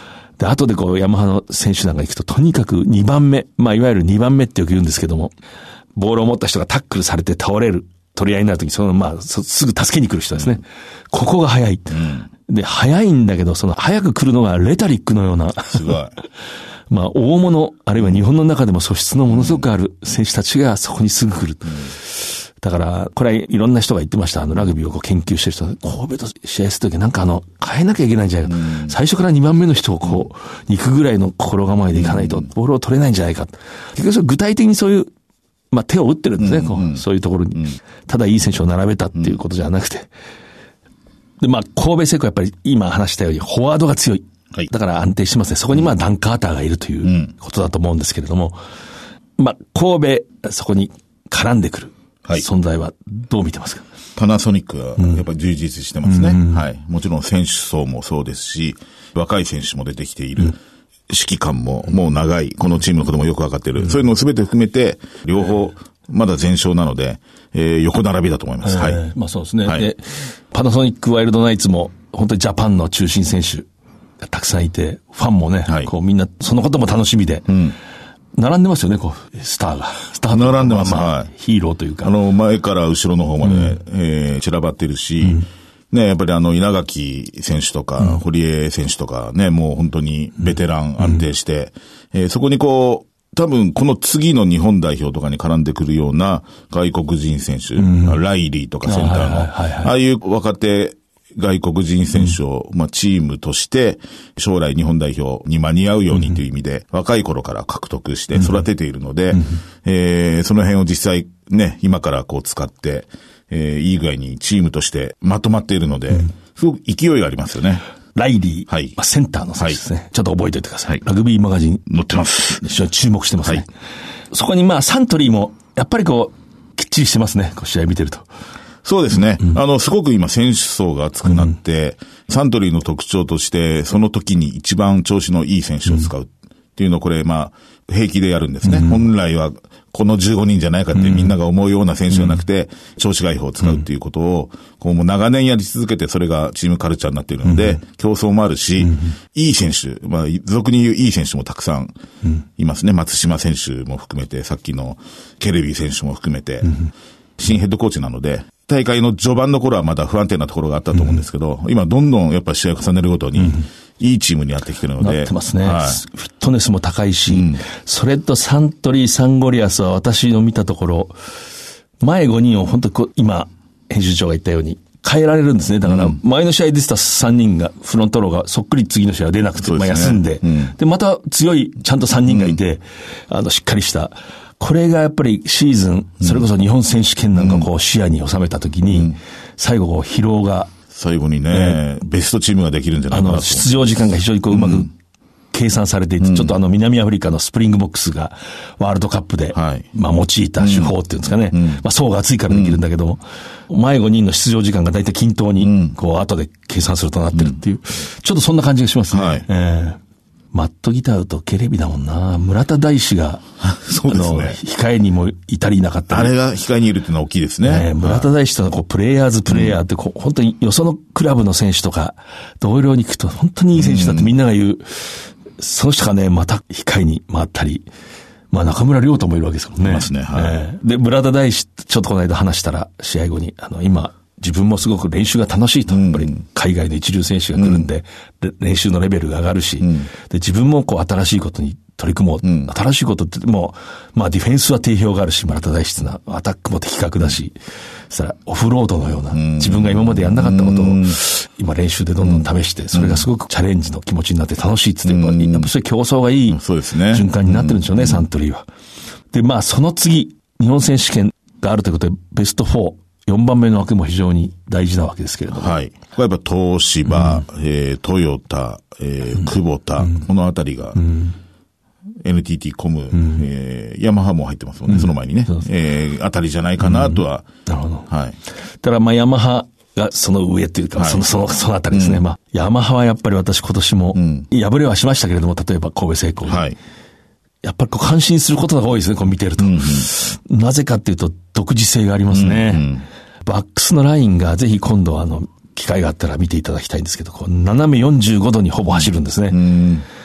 で、後でこう、ヤマハの選手なんか行くと、とにかくにばんめ、まあ、いわゆるにばんめってよく言うんですけども、ボールを持った人がタックルされて倒れる、取り合いになるとき、その、まあ、すぐ助けに来る人ですね。うん、ここが早い。うん、で、早いんだけど、その、早く来るのがレタリックのような。 すごい。 まあ、大物、あるいは日本の中でも素質のものすごくある選手たちがそこにすぐ来る。うん、だから、これはいろんな人が言ってました。あの、ラグビーをこう研究してる人、神戸と試合するときなんかあの、変えなきゃいけないんじゃないか。うん、最初からにばんめの人をこう、に行くぐらいの心構えでいかないと、ボールを取れないんじゃないか。結局、具体的にそういう、まあ、手を打ってるんですね、うんうん、こうそういうところに、うん。ただいい選手を並べたっていうことじゃなくて。で、まあ、神戸製鋼やっぱり今話したように、フォワードが強い。はい、だから安定してますね。そこにまあ、ダン・カーターがいるということだと思うんですけれども、うん、まあ、神戸、そこに絡んでくる存在はどう見てますか？ パナソニックはやっぱり充実してますね。うん、はい。もちろん選手層もそうですし、若い選手も出てきている。うん、指揮官ももう長い、このチームのこともよくわかってる。うん、そういうのを全て含めて、両方、まだ全勝なので、えー、横並びだと思います。はい。 まあそうですね。はい、で、パナソニックワイルドナイツも、本当にジャパンの中心選手がたくさんいて、ファンもね、はい、こうみんな、そのことも楽しみで、うん、並んでますよね、こう、スターが。スター並んでます。 まあ、 はい。 ヒーローというか。 あの、前から後ろの方まで、うん、えー、散らばってるし、うんね、やっぱりあの、稲垣選手とか、うん、堀江選手とかね、もう本当にベテラン安定して、うんえー、そこにこう、多分この次の日本代表とかに絡んでくるような外国人選手、うん、ライリーとかセンターの、ああいう若手外国人選手を、まあ、チームとして、将来日本代表に間に合うようにという意味で、若い頃から獲得して育てているので、うんえー、その辺を実際ね、今からこう使って、えー、いい具合にチームとしてまとまっているので、うん、すごく勢いがありますよね。 ライリー、はい、センターの選手ですね、はい。ちょっと覚えておいてください。はい、ラグビーマガジン載ってます。 一緒に注目してますね。はい、そこにまあサントリーもやっぱりこうきっちりしてますね。こう試合見てると。 そうですね。うん、あのすごく今選手層が厚くなって、うん、サントリーの特徴としてその時に一番調子のいい選手を使うっていうのをこれまあ平気でやるんですね。うん、本来はこのじゅうごにんじゃないかってみんなが思うような選手じゃなくて、調子がいい方を使うっていうことを、こうもう長年やり続けて、それがチームカルチャーになっているので、競争もあるし、いい選手、まあ、俗に言ういい選手もたくさんいますね。松島選手も含めて、さっきのケレビ選手も含めて、新ヘッドコーチなので、大会の序盤の頃はまだ不安定なところがあったと思うんですけど、今どんどんやっぱり試合を重ねるごとに、いいチームになってきてるので。 なってますね。はい、フィットネスも高いし、うん、それとサントリーサンゴリアスは私の見たところ、前ごにんを本当にこう今、編集長が言ったように変えられるんですね。だから前の試合でしたさんにんが、フロントローがそっくり次の試合は出なくて、まあ休んで、うん、で、また強いちゃんとさんにんがいて、うん、あの、しっかりした。これがやっぱりシーズン、それこそ日本選手権なんかこう視野に収めたときに、うん、最後こう疲労が、 最後にね、えー、ベストチームができるんじゃないかなと。 あの、出場時間が非常にこううまく計算されていて、うん、ちょっとあの南アフリカのスプリングボックスがワールドカップで、はい、まあ用いた手法っていうんですかね。うん、まあ層が厚いからできるんだけども、うん、前ごにんの出場時間がだいたい均等に、こう後で計算するとなってるっていう、うん、ちょっとそんな感じがしますね。はい、えーマットギターとケレビだもんな。村田大志が、 そうですね。あの、 控えにもいたりいなかったり。あれが控えにいるっていうのは大きいですね。 ね村田大志とのこう、プレイヤーズプレイヤーってこう、うん、本当によそのクラブの選手とか、同僚に行くと本当にいい選手だってみんなが言う、うん、その人がね、また控えに回ったり、まあ中村亮太もいるわけですからね。いますね。はい。えー、で、村田大志、ちょっとこの間話したら、試合後に、あの、今、自分もすごく練習が楽しいと。やっぱり海外の一流選手が来るんで、うん、練習のレベルが上がるし、うん、で自分もこう新しいことに取り組もう。うん、新しいことってもう、まあディフェンスは定評があるし、村田大志なアタックも的確だし、そしたらオフロードのような、うん、自分が今までやんなかったことを、今練習でどんどん試して、それがすごくチャレンジの気持ちになって楽しいっつって、うん、やっぱそういう競争がいい循環になってるんでしょうね、うん、サントリーは。で、まあその次、日本選手権があるということで、ベストフォー。よんばんめの枠も非常に大事なわけですけれども。 はい。これやっぱ東芝、うん、えー、トヨタ、えー、うん、久保田、うん、このあたりが、うん、エヌティーティー コム、うん、えー、ヤマハも入ってますもんね、うん、その前にね。えー、あたりじゃないかなとは。 うん、なるほど。 はい。 だからまあヤマハがその上っていうか、はい、その、その、そのあたりですね。うん、まあ、ヤマハはやっぱり私今年も、敗れはしましたけれども、例えば神戸製鋼。はい。やっぱりこう感心することが多いですね、こう見てると。うんうん、なぜかっていうと、独自性がありますね。うんうん、バックスのラインがぜひ今度あの、機会があったら見ていただきたいんですけど、こう斜めよんじゅうごどにほぼ走るんですね。うん、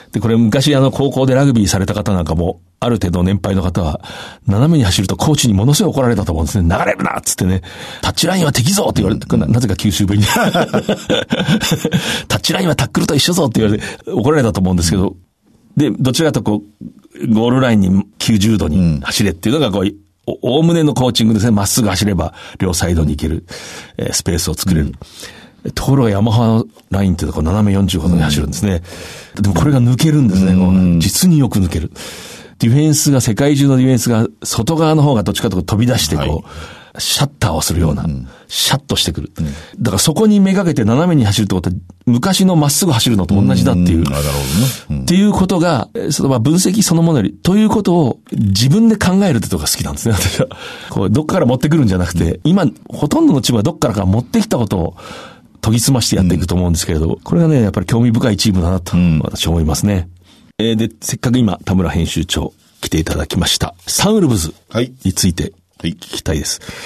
で、これ昔あの高校でラグビーされた方なんかも、ある程度年配の方は、斜めに走るとコーチにものすごい怒られたと思うんですね。流れるなっつってね、タッチラインは敵ぞって言われて、な, なぜか九州弁に。タッチラインはタックルと一緒ぞって言われて怒られたと思うんですけど、で、どちらかとこう、ゴールラインにきゅうじゅうどに走れっていうのがこう、おおむねのコーチングですね。まっすぐ走れば両サイドに行ける、えー、スペースを作れる。うん、ところがヤマハのラインっていうのはこう斜めよんじゅうごどに走るんですね。うん、でもこれが抜けるんですね。うん、実によく抜ける。ディフェンスが、世界中のディフェンスが外側の方がどっちかというと飛び出してこう、はい、シャッターをするような、うん、シャッとしてくる、うん。だからそこにめがけて斜めに走るってことは、昔のまっすぐ走るのと同じだっていう。うん、なるほどね。うん、っていうことが、そのまあ分析そのものより、ということを自分で考えるってとこが好きなんですね、私は。こう、どっから持ってくるんじゃなくて、うん、今、ほとんどのチームはどっからか持ってきたことを研ぎ澄ましてやっていくと思うんですけれど、うん、これがね、やっぱり興味深いチームだなと、私は思いますね。えー、で、せっかく今、田村編集長来ていただきました。サンウルブズについて聞きたいです。はいはい、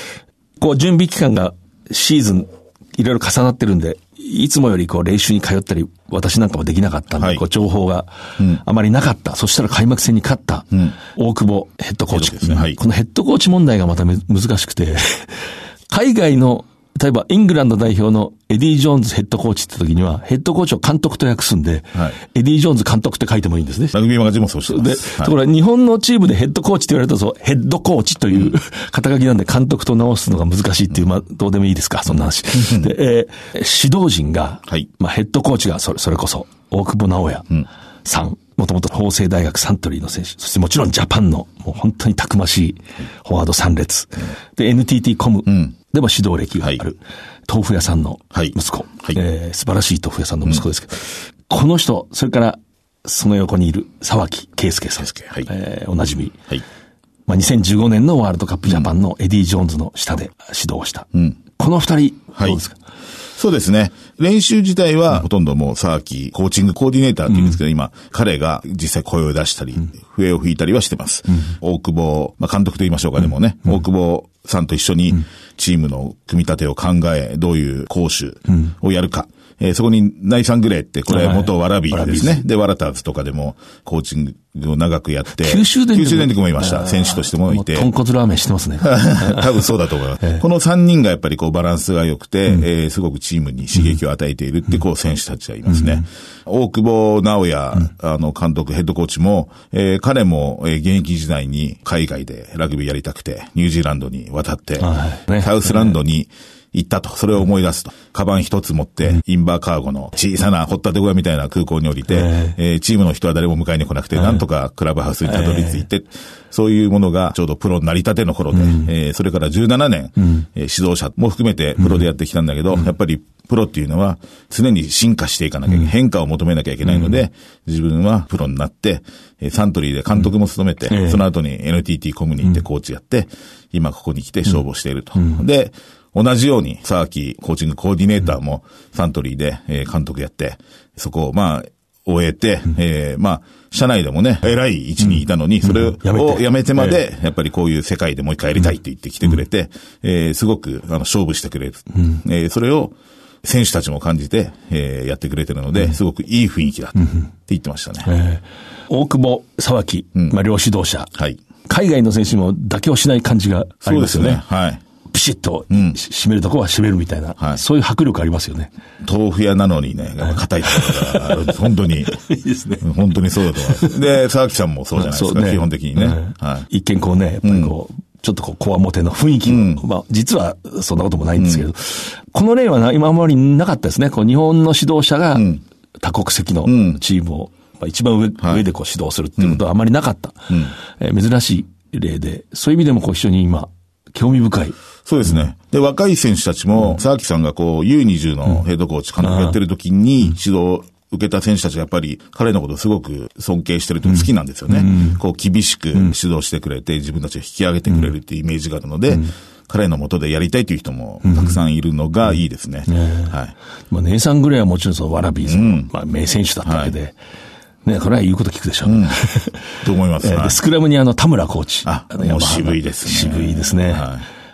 こう、準備期間がシーズンいろいろ重なってるんで、いつもよりこう練習に通ったり、私なんかもできなかったんで、はい、こう情報があまりなかった。うん、そしたら開幕戦に勝った、うん、大久保ヘッドコーチですね。はい、このヘッドコーチ問題がまた難しくて、海外の例えばイングランド代表のエディ・ジョーンズヘッドコーチって時にはヘッドコーチを監督と訳すんで、はい、エディ・ジョーンズ監督って書いてもいいんですね。 ラグビーマガジンもそうしてます。 で、はい、ところが日本のチームでヘッドコーチって言われるとそうヘッドコーチという、うん、肩書きなんで監督と直すのが難しいっていう、まあどうでもいいですか、そんな話。で、えー、指導陣が、はい、まあヘッドコーチがそれ、それこそ大久保直也さん、もともと法政大学サントリーの選手、そしてもちろんジャパンのもう本当にたくましいフォワードさん列。で、エヌティーティー コムでも指導歴がある。はい、豆腐屋さんの息子、はいはい、えー、素晴らしい豆腐屋さんの息子ですけど、うん、この人、それからその横にいる沢木圭介さん、はい、えー、おなじみ、はい、まあ、にせんじゅうごねんのワールドカップジャパンのエディ・ジョーンズの下で指導をした、うん、この二人どうですか？はい、 そうですね。練習自体はほとんどもう沢木コーチングコーディネーターって言うんですけど、うん、今彼が実際声を出したり、うん、笛を吹いたりはしてます。うん、大久保、まあ、監督と言いましょうか、でもね、うん、大久保さんと一緒にチームの組み立てを考え、どういう攻守をやるか。うん、えー、そこにナイサングレーって、これ元ワラビーですね。はい、で、ワラターズとかでもコーチングを長くやって。 九州電力。 九州電力もいました。選手としてもいて。 豚骨ラーメンしてますね。 多分そうだと思います。えー、このさんにんがやっぱりこうバランスが良くて、うん、えー、すごくチームに刺激を与えているってこう選手たちがいますね。うん、大久保直也、あの監督、ヘッドコーチも、えー、彼も現役時代に海外でラグビーやりたくて、ニュージーランドに渡って、はいね、サウスランドに行ったと、それを思い出すと。カバン一つ持って、インバーカーゴの小さな掘ったて小屋みたいな空港に降りて、えー、チームの人は誰も迎えに来なくて、なんとかクラブハウスにたどり着いて、そういうものがちょうどプロになり立ての頃で、えー、それからじゅうななねん、えー、指導者も含めてプロでやってきたんだけど、やっぱりプロっていうのは常に進化していかなきゃいけない、変化を求めなきゃいけないので、自分はプロになって、サントリーで監督も務めて、その後に エヌティーティー コムに行ってコーチやって、今ここに来て勝負をしていると。で、同じように、沢木コーチングコーディネーターもサントリーで、えー、監督やって、そこをまあ、終えて、うん、えー、まあ、社内でもね、偉い位置にいたのに、それをやめてまで、やっぱりこういう世界でもう一回やりたいって言ってきてくれて、うん、えー、すごく、あの、勝負してくれる。うん、えー、それを、選手たちも感じて、えー、やってくれてるので、すごくいい雰囲気だって言ってましたね。うん、えー、大久保、沢木、うん、まあ、両指導者。はい。海外の選手も妥協しない感じがありますよね。そうですね。はい。ピシッと、うん、締めるとこは締めるみたいな、はい、そういう迫力ありますよね。 豆腐屋なのにね、硬いところがある。本当に。いいですね。本当にそうだと思います。で、沢木ちゃんもそうじゃないですか、ね、基本的にね、うんはい。一見こうね、やっぱりこう、うん、ちょっとこう、こわもての雰囲気、うん、まあ、実はそんなこともないんですけど、うん、この例はな今あまりなかったですね。こう、日本の指導者が多国籍のチームを、まあ、一番上、はい、上でこう指導するっていうことはあまりなかった。うんえー、珍しい例で、そういう意味でもこう、非常に今、興味深い。 そうですね。で、若い選手たちも、沢木さんがこう、ユーにじゅう のヘッドコーチ、監督やってる時に指導を受けた選手たちがやっぱり彼のことをすごく尊敬してると好きなんですよね。うん、こう、厳しく指導してくれて、自分たちを引き上げてくれるっていうイメージがあるので、うん、彼の下でやりたいという人もたくさんいるのがいいですね。うんうんはい。まあ、ネイサン・グレイはもちろんそのワラビーズの、うん、まあ、名選手だったわけで、はいね、これは言うこと聞くでしょう。うん、 と思います、 えー、スクラムにあの、田村コーチ。 あ、もう渋いですね。 渋いですね。はい、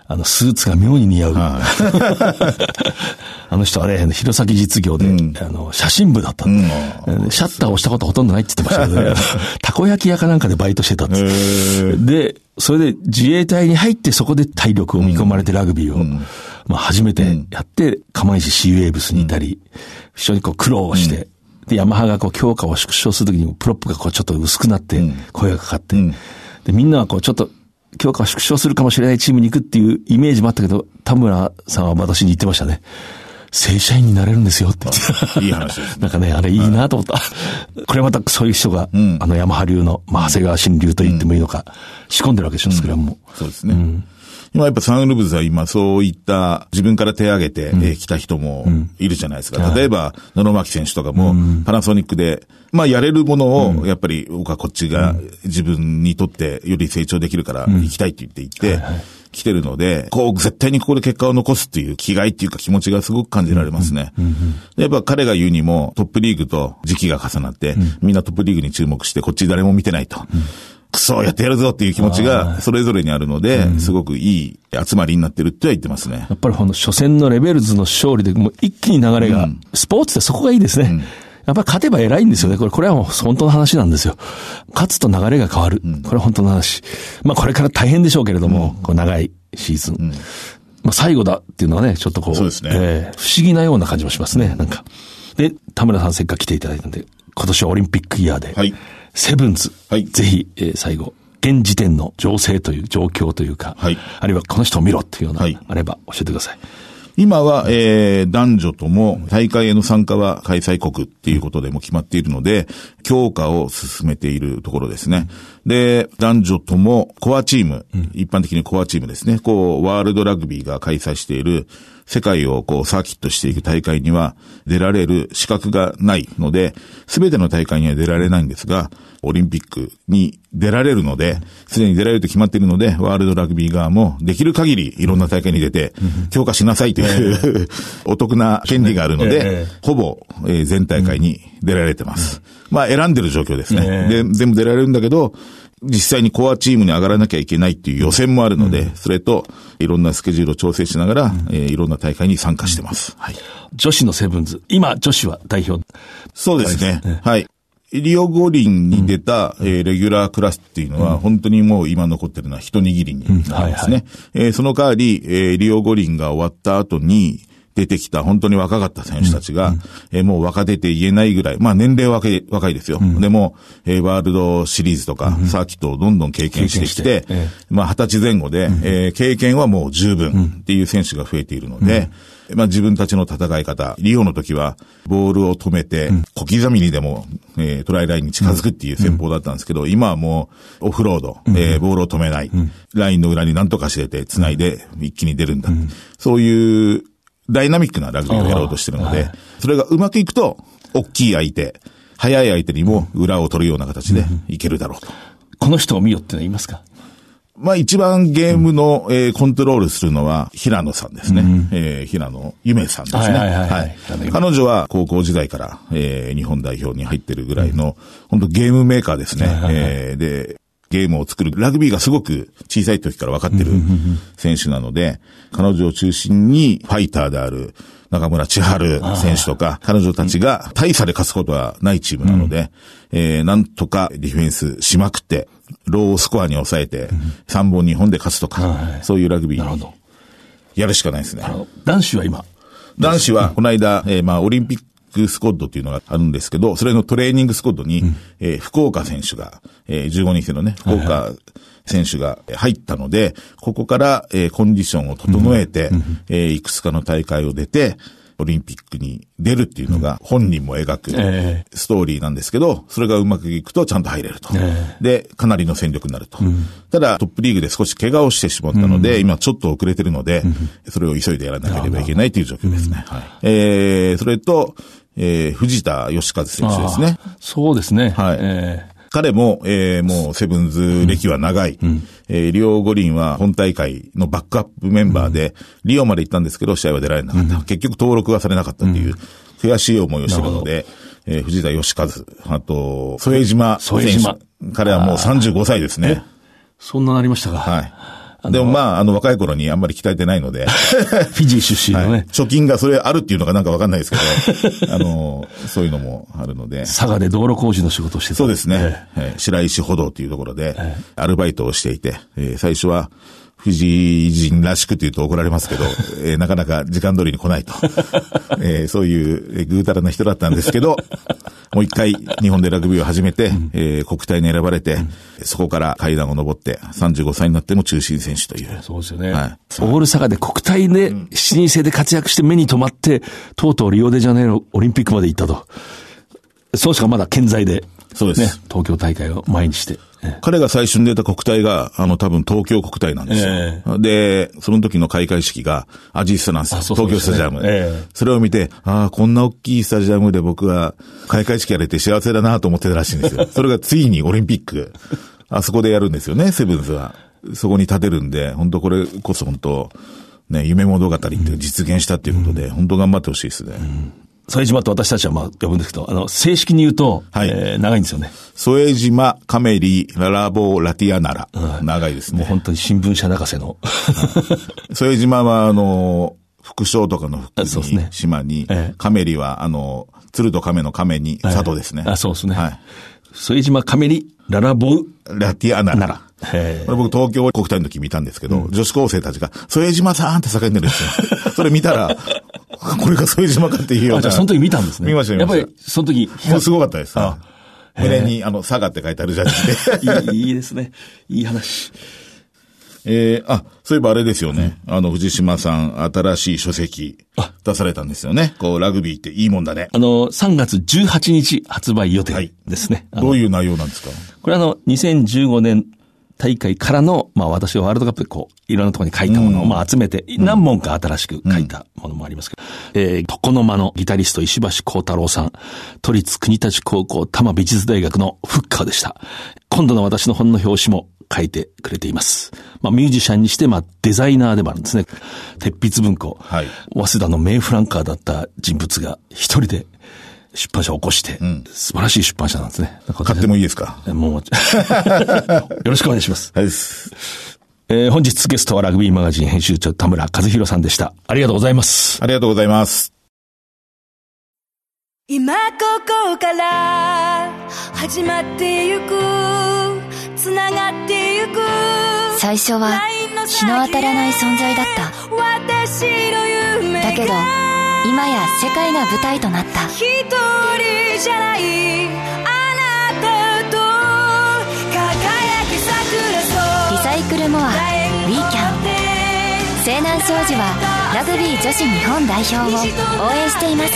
あの、スーツが妙に似合う。はい、あの人はね、弘前実業で、うん、あの、写真部だった、うん。シャッターを押したことほとんどないって言ってましたけどね。たこ焼き屋かなんかでバイトしてたんです。で、それで自衛隊に入ってそこで体力を見込まれてラグビーを、うん、まあ初めてやって、釜石シーウェーブスにいたり、非常にこう苦労して、うん、で、ヤマハがこう強化を縮小するときにプロップがこうちょっと薄くなって、声がかかって、うん、で、みんなはこうちょっと、強化を縮小するかもしれないチームに行くっていうイメージもあったけど、田村さんは私に言ってましたね。正社員になれるんですよって言って。 いい話です、ね。 なんかね、あれいいなと思った。はい、これまたそういう人が、うん、あのヤマハ流の、まあ、長谷川新流と言ってもいいのか、うん、仕込んでるわけでしょ、スクラムも。 そうですね。うん今やっぱサンウルブズは今そういった自分から手を挙げて、うんえー、来た人もいるじゃないですか。うん、例えば、野々巻選手とかもパナソニックで、まあやれるものをやっぱり僕はこっちが自分にとってより成長できるから行きたいって言っていて、うんはいはい来てるので、こう絶対にここで結果を残すっていう気概っていうか気持ちがすごく感じられますね。うんうんうん、やっぱ彼が言うにもトップリーグと時期が重なって、うん、みんなトップリーグに注目してこっち誰も見てないと。うんクソやってやるぞっていう気持ちがそれぞれにあるので、うん、すごくいい集まりになってるっては言ってますね。 やっぱりこの初戦のレベルズの勝利でもう一気に流れが、うん、スポーツってそこがいいですね。うんやっぱり勝てば偉いんですよね。これ、これはもう本当の話なんですよ。勝つと流れが変わる。うん、これは本当の話。まあこれから大変でしょうけれども、うん、こう長いシーズン。うん、まあ最後だっていうのはね、ちょっとこう、 そうですねえー、不思議なような感じもしますね。なんか。で、田村さんせっかく来ていただいたんで、今年はオリンピックイヤーで、はい、セブンズ、はい、ぜひ、えー、最後、現時点の情勢という状況というか、はい、あるいはこの人を見ろっていうような、はい、あれば教えてください。 今は、えー、男女とも大会への参加は開催国っていうことでも決まっているので、強化を進めているところですね。で、男女ともコアチーム、うん、一般的にコアチームですね。こう、ワールドラグビーが開催している世界をこうサーキットしていく大会には出られる資格がないので、すべての大会には出られないんですが、オリンピックに出られるので、すでに出られると決まっているので、ワールドラグビー側もできる限りいろんな大会に出て、強化しなさいという、お得な権利があるので、ほぼ全大会に出られてます。まあ選んでる状況ですね。で、全部出られるんだけど、実際にコアチームに上がらなきゃいけないっていう予選もあるので、それといろんなスケジュールを調整しながら、えー、いろんな大会に参加してます。はい。 女子のセブンズ、今女子は代表。 そうですね。はい。リオ五輪に出た、うんえー、レギュラークラスっていうのは、うん、本当にもう今残ってるのは一握りになりますね。うんはいはいえー、その代わり、えー、リオ五輪が終わった後に、出てきた本当に若かった選手たちが、うんえー、もう若手って言えないぐらい、まあ年齢は若い、若いですよ。うん、でも、えー、ワールドシリーズとか、うん、サーキットをどんどん経験してきて、えー、まあ二十歳前後で、うんえー、経験はもう十分っていう選手が増えているので、うん、まあ自分たちの戦い方、リオの時はボールを止めて、うん、小刻みにでも、えー、トライラインに近づくっていう戦法だったんですけど、今はもうオフロード、えー、ボールを止めない、うん、ラインの裏に何とかしてて、繋いで一気に出るんだ。うん、そういう、ダイナミックなラグビーをやろうとしてるので、はい、それがうまくいくと、大きい相手、速い相手にも裏を取るような形でいけるだろうと。うん、 この人を見よってのは言いますか？ まあ一番ゲームの、うんえー、コントロールするのは平野さんですね。うんえー、平野夢さんですね。はいはいはい、はい。彼女は高校時代から、えー、日本代表に入ってるぐらいの、うん、本当ゲームメーカーですね。はいはいはいえー、で、ゲームを作る。ラグビーがすごく小さい時から分かってる選手なので、彼女を中心にファイターである中村千春選手とか、彼女たちが大差で勝つことはないチームなので、えー、なんとかディフェンスしまくって、ロースコアに抑えて、さんぼんにほんで勝つとか、そういうラグビーにやるしかないですね。 男子は今男子はこの間、えー、まあオリンピックスコッドっていうのがあるんですけど、それのトレーニングスコッドに、うんえー、福岡選手が、えー、じゅうごにん制のね、福岡選手が入ったので、はいはい、ここから、えー、コンディションを整えて、うんうん、えー、いくつかの大会を出て、オリンピックに出るっていうのが本人も描くストーリーなんですけど、それがうまくいくとちゃんと入れると。で、かなりの戦力になると。うん、ただトップリーグで少し怪我をしてしまったので、うん、今ちょっと遅れてるので、うん、それを急いでやらなければいけないという状況ですね。はい、えー、それと、えー、藤田義和選手ですね。 そうですね。 はい。えー彼も、えー、もうセブンズ歴は長い、うんえー、リオ五輪は本大会のバックアップメンバーで、うん、リオまで行ったんですけど試合は出られなかった。うん、結局登録はされなかったっていう、うん、悔しい思いをしているので、えー、藤田義和、あと、副島選手。彼はもうさんじゅうごさいですね。 そんななりましたか。 はい。 でもまあ、あの、若い頃にあんまり鍛えてないので。 フィジー出身のね、はい。 貯金がそれあるっていうのかなんかわかんないですけど、あの、そういうのもあるので。 佐賀で道路工事の仕事をしてた。 そうですね。えー、白石歩道というところで、アルバイトをしていて、えー、最初は、藤井人らしくと言うと怒られますけど、えー、なかなか時間通りに来ないと。えー、そういうぐうたらな人だったんですけど、もう一回日本でラグビーを始めて、うん、えー、国体に選ばれて、うん、そこから階段を上ってさんじゅうごさいになっても中心選手という。 そうですよね。はい。オール佐賀で国体でしちにん制で活躍して目に留まって、とうとうリオデジャネイロオリンピックまで行ったと。そうしかまだ健在で。 そうです。 ね。東京大会を前にして。 彼が最初に出た国体が、あの、多分東京国体なんですよ。えー、で、その時の開会式がアジースタなんですよ。そうそうですね、東京スタジアム。えー、それを見て、ああ、こんな大きいスタジアムで僕は開会式やれて幸せだなと思ってたらしいんですよ。それがついにオリンピック、あそこでやるんですよね、セブンズは。そこに立てるんで、本当これこそ本当、ね、夢物語って実現したっていうことで、うん、本当頑張ってほしいですね。うん副島って私たちはまあ呼ぶんですけど、あの、正式に言うと、はい、えー、長いんですよね。 副島、カメリ、ララボ、ラティアナラ。うん、長いですね。 もう本当に新聞社泣かせの。 副島は、あの、副将とかの副に、ね、島に、ええ、カメリは、あの、鶴と亀の亀に、佐渡ですね。 ええ、あ、そうですね。はい。副島、カメリ、ララボ、 ラティアナラ。これ僕東京国体の時見たんですけど、うん、女子高生たちが、副島さんって叫んでるんですよ。それ見たら、これが副島かっていうような。 あ、じゃあその時見たんですね。 見ました見ました。 やっぱりその時。 もうすごかったです。ああ胸に、あの、佐賀って書いてあるじゃんいい。いいですね。いい話。 えー、あ、そういえばあれですよね。うん、あの、藤島さん、新しい書籍、出されたんですよね。こう、ラグビーっていいもんだね。 あの、さんがつじゅうはちにち発売予定ですね。 はい、どういう内容なんですか？ これあの、にせんじゅうごねん大会からの、まあ私はワールドカップでこう、いろんなところに書いたものを、まあ集めて、何本か新しく書いたものもありますけど、うん、えー、床の間のギタリスト石橋幸太郎さん、都立国立高校多摩美術大学のフッカーでした。今度の私の本の表紙も書いてくれています。まあミュージシャンにして、まあデザイナーでもあるんですね。鉄筆文庫、はい、早稲田の名フランカーだった人物が一人で、出版社を起こして、うん、素晴らしい出版社なんですね。 買ってもいいですか？ もう、よろしくお願いします。 はい。 えー、本日ゲストはラグビーマガジン編集長田村和弘さんでした。ありがとうございます。 ありがとうございます。 今ここから始まってゆく、つながってゆく。 最初は日の当たらない存在だった。 私の夢がだけど今や世界が舞台となった。 一人じゃないあなたと輝き桜そう。 リサイクルモアウィーキャン。西南商事はラグビー女子日本代表を応援しています。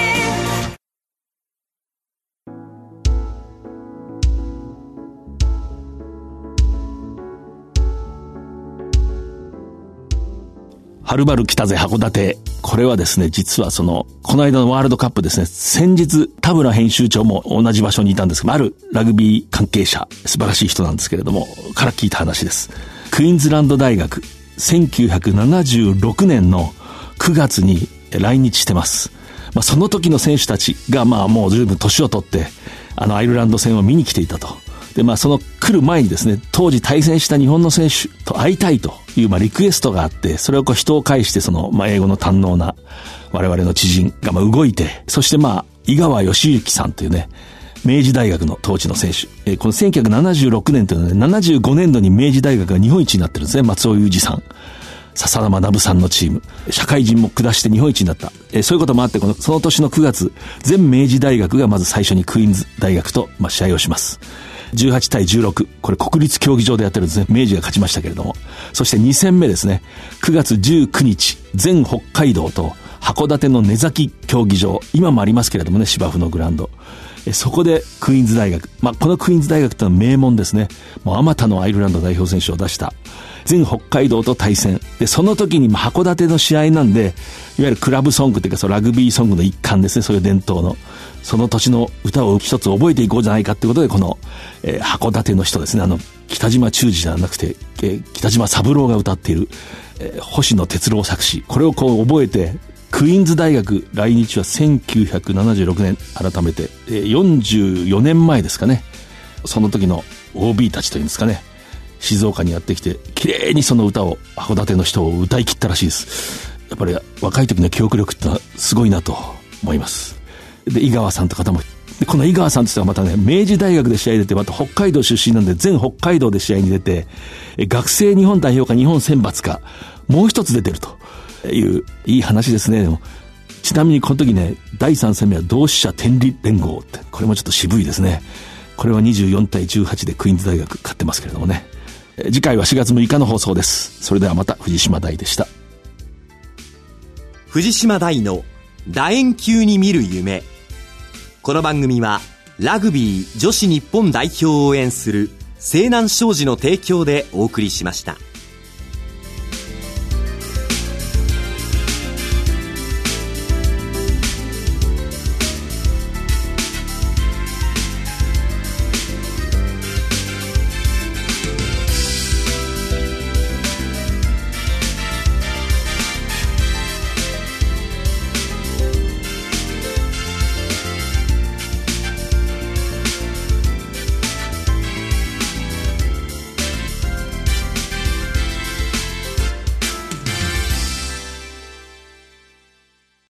はるばる来たぜ函館。これはですね、実はその、この間のワールドカップですね、先日田村編集長も同じ場所にいたんですが、あるラグビー関係者、素晴らしい人なんですけれども、から聞いた話です。クイーンズランド大学、せんきゅうひゃくななじゅうろくねんのくがつに来日してます。まあ、その時の選手たちがまあもう十分年を取って、あのアイルランド戦を見に来ていたと。で、まあその来る前にですね、当時対戦した日本の選手と会いたいという、まあリクエストがあって、それをこう人を介してその、まあ英語の堪能な我々の知人がまあ動いて、そしてまあ井川義行さんというね、明治大学の当時の選手。えー、このせんきゅうひゃくななじゅうろくねんというのはね、ななじゅうごねんどに明治大学が日本一になってるんですね。松尾裕二さん。笹田学さんのチーム。社会人も下して日本一になった。えー、そういうこともあって、この、その年のくがつ、全明治大学がまず最初にクイーンズ大学と、まあ、試合をします。じゅうはちたいじゅうろく。これ国立競技場でやってるんですね。明治が勝ちましたけれども。そしてに戦目ですね。くがつじゅうくにち、全北海道と函館の根崎競技場。今もありますけれどもね、芝生のグラウンド。そこでクイーンズ大学。まあ、このクイーンズ大学というのは名門ですね。もうあまたのアイルランド代表選手を出した。全北海道と対戦。で、その時にまあ函館の試合なんで、いわゆるクラブソングというか、そのラグビーソングの一環ですね。そういう伝統の。その土地の歌を一つ覚えていこうじゃないかということで、この、えー、函館の人ですね。あの、北島忠治ではなくて、えー、北島三郎が歌っている、えー、星野哲郎作詞。これをこう覚えて、クイーンズ大学来日はせんきゅうひゃくななじゅうろくねん、改めて、えー、よんじゅうよねんまえですかね。その時の オービー たちというんですかね。 静岡にやってきて綺麗にその歌を函館の人を歌い切ったらしいです。やっぱり若い時の記憶力ってのはすごいなと思います。で井川さんと方もでこの井川さんとしてはまたね明治大学で試合に出てまた北海道出身なんで全北海道で試合に出て学生日本代表か日本選抜かもう一つ出てるといういい話ですね。でもちなみにこの時ねだいさん戦目は同志社天理連合ってこれもちょっと渋いですね。これはにじゅうよんたいじゅうはちでクイーンズ大学勝ってますけれどもね。次回はしがつむいかの放送です。それではまた藤島大でした。 藤島大の楕円球に見る夢。この番組はラグビー女子日本代表を応援する西南商事の提供でお送りしました。